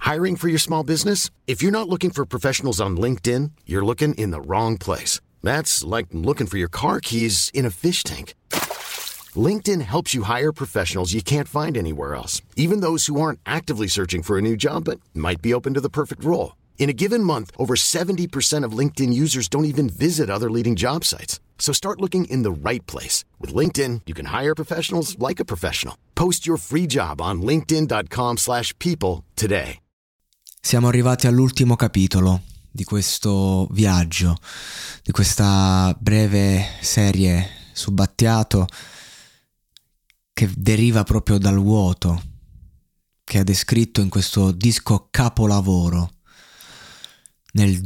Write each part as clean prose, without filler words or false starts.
Hiring for your small business? If you're not looking for professionals on LinkedIn, you're looking in the wrong place. That's like looking for your car keys in a fish tank. LinkedIn helps you hire professionals you can't find anywhere else, even those who aren't actively searching for a new job but might be open to the perfect role. In a given month, over 70% of LinkedIn users don't even visit other leading job sites. So start looking in the right place. With LinkedIn, you can hire professionals like a professional. Post your free job on linkedin.com/people today. Siamo arrivati all'ultimo capitolo di questo viaggio, di questa breve serie su Battiato che deriva proprio dal vuoto che ha descritto in questo disco capolavoro nel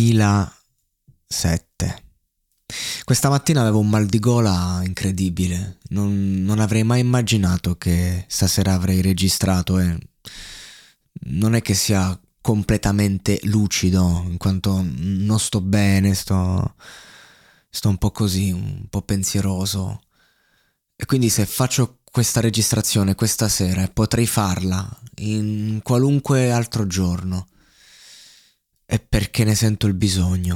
2007. Questa mattina avevo un mal di gola incredibile, non avrei mai immaginato che stasera avrei registrato e non è che sia completamente lucido, in quanto non sto bene, sto un po' così, un po' pensieroso. E quindi se faccio questa registrazione questa sera, potrei farla in qualunque altro giorno, è perché ne sento il bisogno.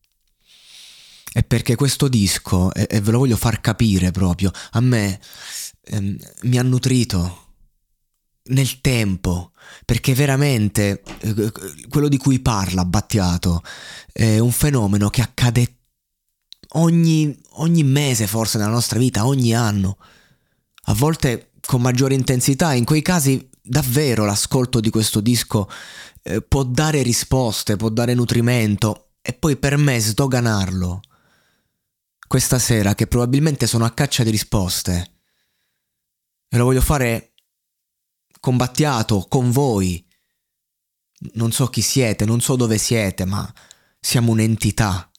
È perché questo disco, e ve lo voglio far capire proprio, a me mi ha nutrito nel tempo, perché veramente quello di cui parla Battiato è un fenomeno che accade ogni mese forse nella nostra vita, ogni anno, a volte con maggiore intensità. In quei casi davvero l'ascolto di questo disco può dare risposte, può dare nutrimento, e poi per me sdoganarlo questa sera, che probabilmente sono a caccia di risposte, e lo voglio fare con Battiato, con voi. Non so chi siete, non so dove siete, ma siamo un'entità.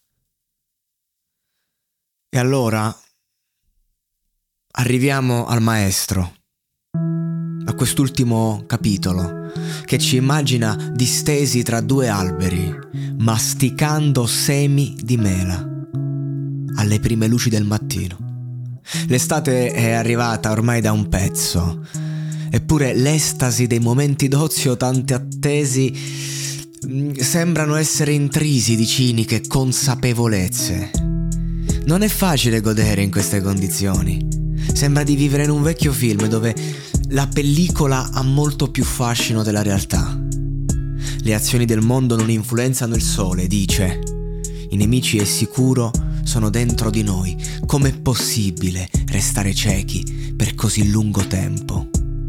E allora arriviamo al maestro, a quest'ultimo capitolo che ci immagina distesi tra due alberi, masticando semi di mela alle prime luci del mattino. L'estate è arrivata ormai da un pezzo, eppure l'estasi dei momenti d'ozio tanto attesi sembrano essere intrisi di ciniche consapevolezze. Non è facile godere in queste condizioni. Sembra di vivere in un vecchio film dove la pellicola ha molto più fascino della realtà. Le azioni del mondo non influenzano il sole, dice. I nemici è sicuro sono dentro di noi. Com'è possibile restare ciechi per così lungo tempo?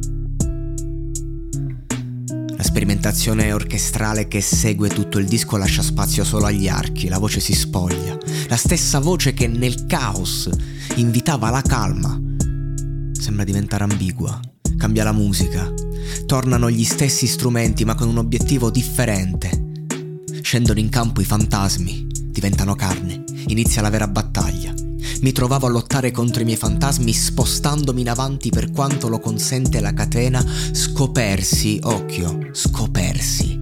La sperimentazione orchestrale che segue tutto il disco lascia spazio solo agli archi, la voce si spoglia. La stessa voce che nel caos invitava la calma sembra diventare ambigua. Cambia la musica, tornano gli stessi strumenti ma con un obiettivo differente. Scendono in campo i fantasmi, diventano carne, inizia la vera battaglia. Mi trovavo a lottare contro i miei fantasmi, spostandomi in avanti per quanto lo consente la catena. Scopersi, occhio, scopersi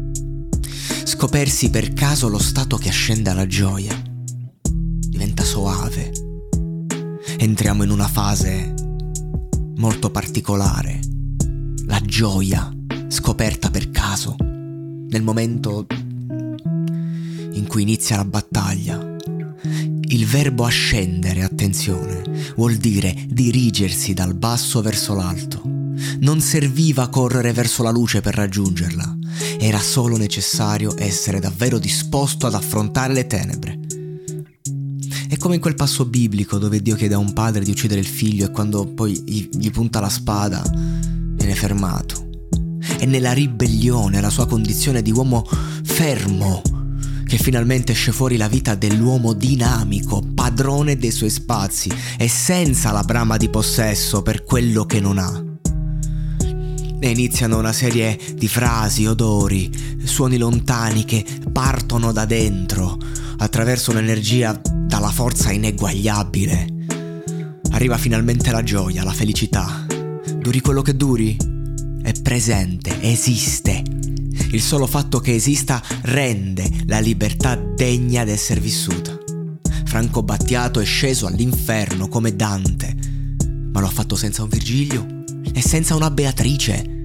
per caso lo stato che ascende alla gioia. Diventa soave. Entriamo in una fase molto particolare, la gioia scoperta per caso, nel momento in cui inizia la battaglia. Il verbo ascendere, attenzione, vuol dire dirigersi dal basso verso l'alto. Non serviva correre verso la luce per raggiungerla, era solo necessario essere davvero disposto ad affrontare le tenebre. È come in quel passo biblico dove Dio chiede a un padre di uccidere il figlio e quando poi gli punta la spada viene fermato. È nella ribellione, la sua condizione di uomo fermo, che finalmente esce fuori la vita dell'uomo dinamico, padrone dei suoi spazi e senza la brama di possesso per quello che non ha. E iniziano una serie di frasi, odori, suoni lontani che partono da dentro attraverso un'energia dalla forza ineguagliabile. Arriva finalmente la gioia, la felicità. Duri quello che duri, è presente, esiste. Il solo fatto che esista rende la libertà degna di essere vissuta. Franco Battiato è sceso all'inferno come Dante, ma lo ha fatto senza un Virgilio e senza una Beatrice.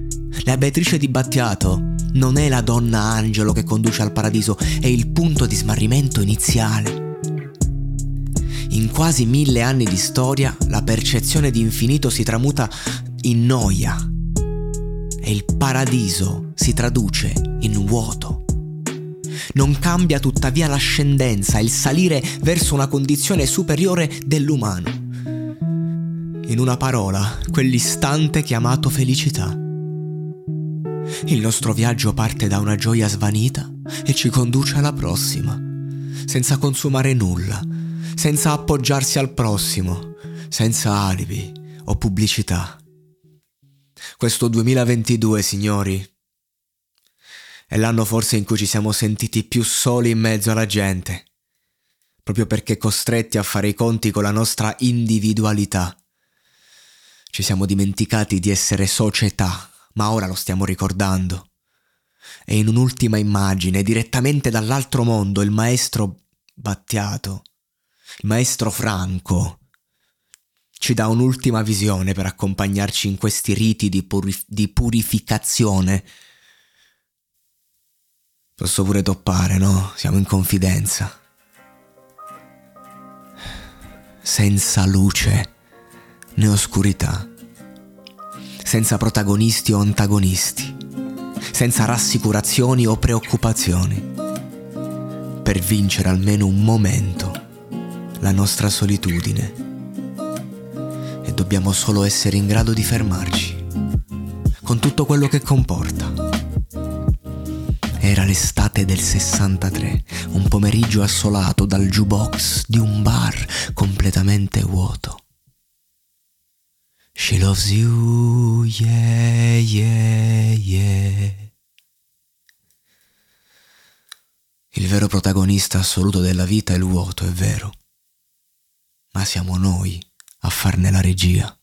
La Beatrice di Battiato non è la donna angelo che conduce al paradiso, è il punto di smarrimento iniziale. In quasi 1000 anni di storia, la percezione di infinito si tramuta in noia e il paradiso si traduce in vuoto. Non cambia tuttavia l'ascendenza, il salire verso una condizione superiore dell'umano. In una parola, quell'istante chiamato felicità. Il nostro viaggio parte da una gioia svanita e ci conduce alla prossima, senza consumare nulla, senza appoggiarsi al prossimo, senza alibi o pubblicità. Questo 2022, signori, è l'anno forse in cui ci siamo sentiti più soli in mezzo alla gente, proprio perché costretti a fare i conti con la nostra individualità. Ci siamo dimenticati di essere società, ma ora lo stiamo ricordando. E in un'ultima immagine, direttamente dall'altro mondo, il maestro Battiato, il maestro Franco, ci dà un'ultima visione per accompagnarci in questi riti di purificazione. Posso pure toppare, no? Siamo in confidenza. Senza luce né oscurità, senza protagonisti o antagonisti, senza rassicurazioni o preoccupazioni, per vincere almeno un momento la nostra solitudine. E dobbiamo solo essere in grado di fermarci, con tutto quello che comporta. Era l'estate del 63, un pomeriggio assolato dal jukebox di un bar completamente vuoto. She loves you, yeah, yeah, yeah. Il vero protagonista assoluto della vita è il vuoto, è vero. Ma siamo noi a farne la regia.